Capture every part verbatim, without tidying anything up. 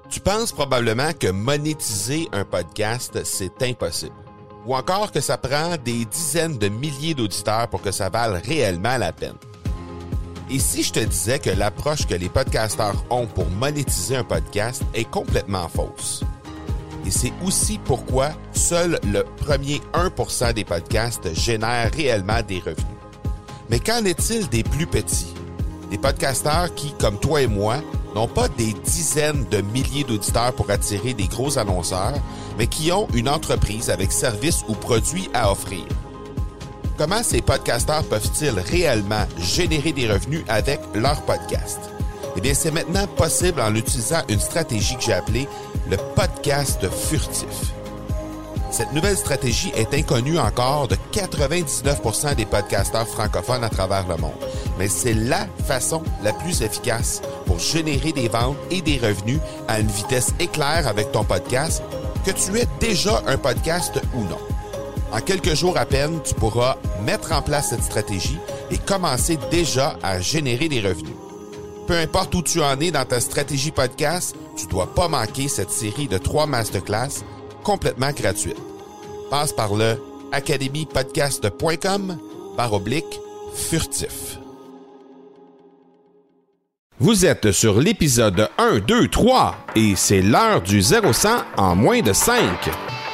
Tu penses probablement que monétiser un podcast, c'est impossible. Ou encore que ça prend des dizaines de milliers d'auditeurs pour que ça vale réellement la peine. Et si je te disais que l'approche que les podcasteurs ont pour monétiser un podcast est complètement fausse? Et c'est aussi pourquoi seul le premier un pour cent des podcasts génèrent réellement des revenus. Mais qu'en est-il des plus petits? Des podcasteurs qui, comme toi et moi, n'ont pas des dizaines de milliers d'auditeurs pour attirer des gros annonceurs, mais qui ont une entreprise avec services ou produits à offrir. Comment ces podcasteurs peuvent-ils réellement générer des revenus avec leur podcast? Eh bien, c'est maintenant possible en utilisant une stratégie que j'ai appelée le podcast furtif. Cette nouvelle stratégie est inconnue encore de quatre-vingt-dix-neuf pour cent des podcasteurs francophones à travers le monde. Mais c'est la façon la plus efficace pour générer des ventes et des revenus à une vitesse éclair avec ton podcast, que tu aies déjà un podcast ou non. En quelques jours à peine, tu pourras mettre en place cette stratégie et commencer déjà à générer des revenus. Peu importe où tu en es dans ta stratégie podcast, tu ne dois pas manquer cette série de trois masterclass complètement gratuite. Passe par le academy podcast point com barre oblique furtif. Vous êtes sur l'épisode un, deux, trois et c'est l'heure du zéro cent en moins de cinq.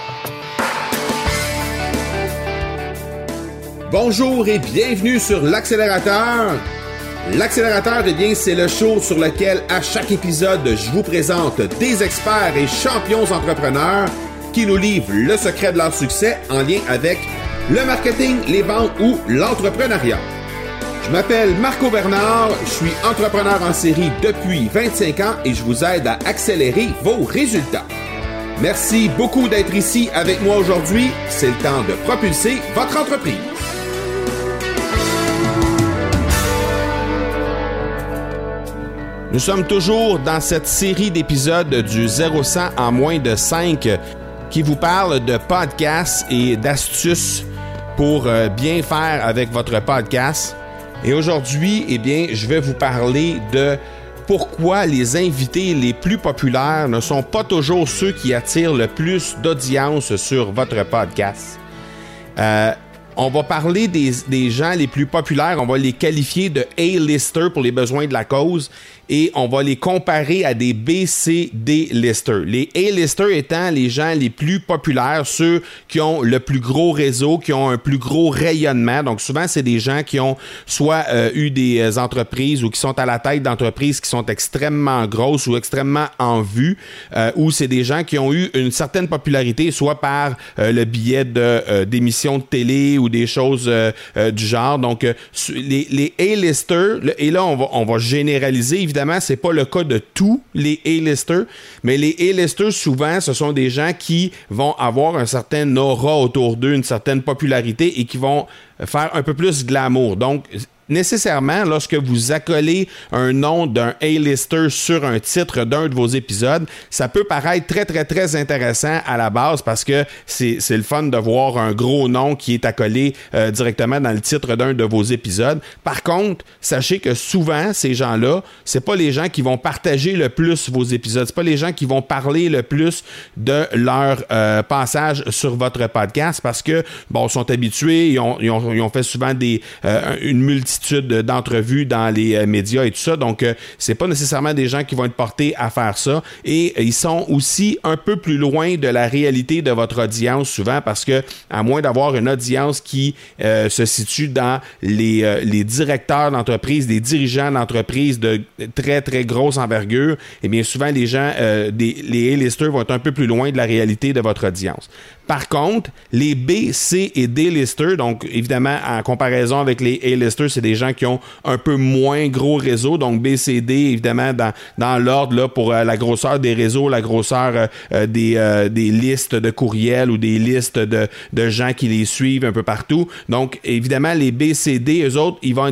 Bonjour et bienvenue sur l'Accélérateur. L'Accélérateur, eh bien, c'est le show sur lequel, à chaque épisode, je vous présente des experts et champions entrepreneurs qui nous livrent le secret de leur succès en lien avec le marketing, les ventes ou l'entrepreneuriat. Je m'appelle Marco Bernard, je suis entrepreneur en série depuis vingt-cinq ans et je vous aide à accélérer vos résultats. Merci beaucoup d'être ici avec moi aujourd'hui. C'est le temps de propulser votre entreprise. Nous sommes toujours dans cette série d'épisodes du zéro cent en moins de cinq qui vous parle de podcasts et d'astuces pour bien faire avec votre podcast. Et aujourd'hui, eh bien, je vais vous parler de pourquoi les invités les plus populaires ne sont pas toujours ceux qui attirent le plus d'audience sur votre podcast. Euh, On va parler des, des gens les plus populaires, on va les qualifier de A-listers pour les besoins de la cause et on va les comparer à des B C D-listers. Les A-listers étant les gens les plus populaires, ceux qui ont le plus gros réseau, qui ont un plus gros rayonnement. Donc souvent, c'est des gens qui ont soit euh, eu des entreprises ou qui sont à la tête d'entreprises qui sont extrêmement grosses ou extrêmement en vue, euh, ou c'est des gens qui ont eu une certaine popularité, soit par euh, le biais de, euh, d'émissions de télé ou des choses euh, euh, du genre. Donc, euh, les, les A-listers, le, et là, on va, on va généraliser. Évidemment, c'est pas le cas de tous les A-listers, mais les A-listers, souvent, ce sont des gens qui vont avoir un certain aura autour d'eux, une certaine popularité et qui vont faire un peu plus glamour. Donc, nécessairement, lorsque vous accolez un nom d'un A-lister sur un titre d'un de vos épisodes, ça peut paraître très, très, très intéressant à la base parce que c'est, c'est le fun de voir un gros nom qui est accolé euh, directement dans le titre d'un de vos épisodes. Par contre, sachez que souvent, ces gens-là, c'est pas les gens qui vont partager le plus vos épisodes. C'est pas les gens qui vont parler le plus de leur euh, passage sur votre podcast parce que, bon, ils sont habitués, ils ont, ils ont, ils ont fait souvent des, euh, une multitude d'entrevues dans les euh, médias et tout ça, donc euh, c'est pas nécessairement des gens qui vont être portés à faire ça et euh, ils sont aussi un peu plus loin de la réalité de votre audience souvent parce que à moins d'avoir une audience qui euh, se situe dans les, euh, les directeurs d'entreprise, des dirigeants d'entreprise de très très grosse envergure, et bien souvent les gens, euh, des, les A-listers vont être un peu plus loin de la réalité de votre audience. Par contre, les B, C et D-listers, donc évidemment en comparaison avec les A-listers, c'est des gens qui ont un peu moins gros réseau, donc B, C, D, évidemment dans, dans l'ordre là, pour euh, la grosseur des réseaux, la grosseur euh, des, euh, des listes de courriels ou des listes de, de gens qui les suivent un peu partout. Donc évidemment, les B, C, D, eux autres, ils vont être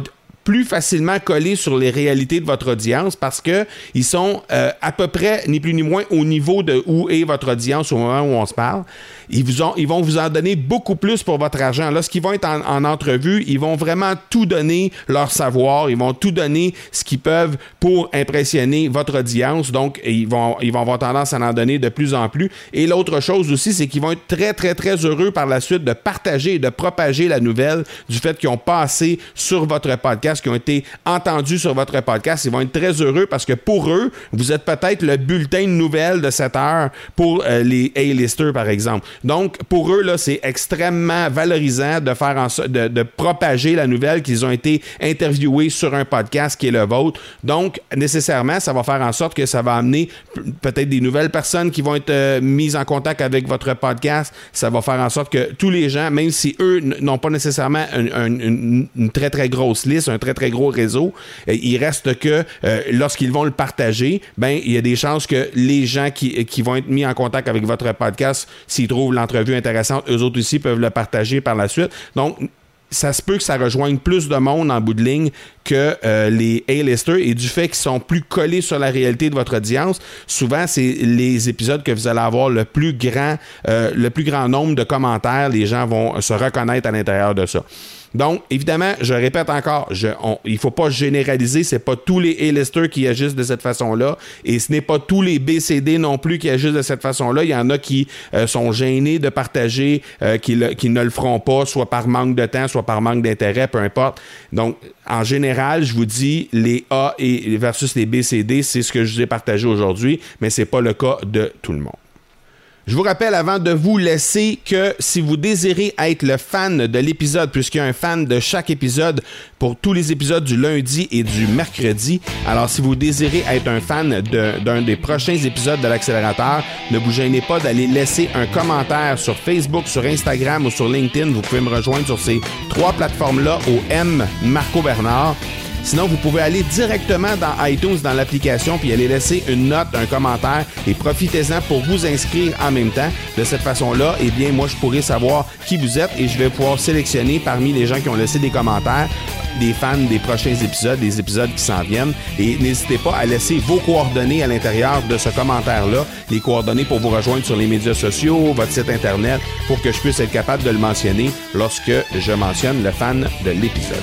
plus facilement collés sur les réalités de votre audience parce que ils sont euh, à peu près, ni plus ni moins, au niveau de où est votre audience au moment où on se parle. Ils, vous ont, ils vont vous en donner beaucoup plus pour votre argent. Lorsqu'ils vont être en, en entrevue, ils vont vraiment tout donner leur savoir, ils vont tout donner ce qu'ils peuvent pour impressionner votre audience. Donc, ils vont, ils vont avoir tendance à en donner de plus en plus. Et l'autre chose aussi, c'est qu'ils vont être très, très, très heureux par la suite de partager et de propager la nouvelle du fait qu'ils ont passé sur votre podcast, qu'ils ont été entendus sur votre podcast. Ils vont être très heureux parce que pour eux, vous êtes peut-être le bulletin de nouvelles de cette heure pour euh, les A-listers, par exemple. Donc, pour eux, là, c'est extrêmement valorisant de faire en sorte de, de propager la nouvelle qu'ils ont été interviewés sur un podcast qui est le vôtre. Donc, nécessairement, ça va faire en sorte que ça va amener p- peut-être des nouvelles personnes qui vont être euh, mises en contact avec votre podcast. Ça va faire en sorte que tous les gens, même si eux n- n'ont pas nécessairement un, un, une, une très, très grosse liste, un très, très gros réseau, euh, il reste que euh, lorsqu'ils vont le partager, ben, il y a des chances que les gens qui, qui vont être mis en contact avec votre podcast, s'ils trouvent l'entrevue intéressante, eux autres aussi peuvent le partager par la suite. Donc, ça se peut que ça rejoigne plus de monde en bout de ligne que euh, les A-listers, et du fait qu'ils sont plus collés sur la réalité de votre audience, souvent, c'est les épisodes que vous allez avoir le plus grand, euh, le plus grand nombre de commentaires. Les gens vont se reconnaître à l'intérieur de ça. Donc, évidemment, je répète encore, je, on, il ne faut pas généraliser, c'est pas tous les A-listers qui agissent de cette façon-là, et ce n'est pas tous les B C D non plus qui agissent de cette façon-là. Il y en a qui euh, sont gênés de partager, euh, qui, le, qui ne le feront pas, soit par manque de temps, soit par manque d'intérêt, peu importe. Donc, en général, je vous dis, les A et versus les B C D, c'est ce que je vous ai partagé aujourd'hui, mais c'est pas le cas de tout le monde. Je vous rappelle avant de vous laisser que si vous désirez être le fan de l'épisode, puisqu'il y a un fan de chaque épisode pour tous les épisodes du lundi et du mercredi, alors si vous désirez être un fan de, d'un des prochains épisodes de l'Accélérateur, ne vous gênez pas d'aller laisser un commentaire sur Facebook, sur Instagram ou sur LinkedIn. Vous pouvez me rejoindre sur ces trois plateformes-là au M Marco Bernard. Sinon, vous pouvez aller directement dans iTunes, dans l'application, puis aller laisser une note, un commentaire, et profitez-en pour vous inscrire en même temps. De cette façon-là, eh bien, moi, je pourrai savoir qui vous êtes et je vais pouvoir sélectionner parmi les gens qui ont laissé des commentaires des fans des prochains épisodes, des épisodes qui s'en viennent. Et n'hésitez pas à laisser vos coordonnées à l'intérieur de ce commentaire-là, les coordonnées pour vous rejoindre sur les médias sociaux, votre site Internet, pour que je puisse être capable de le mentionner lorsque je mentionne le fan de l'épisode.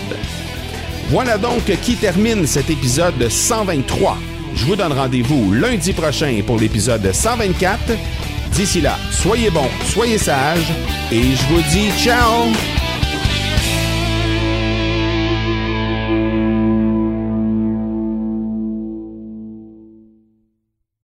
Voilà donc qui termine cet épisode cent vingt-trois. Je vous donne rendez-vous lundi prochain pour l'épisode cent vingt-quatre. D'ici là, soyez bons, soyez sages et je vous dis ciao!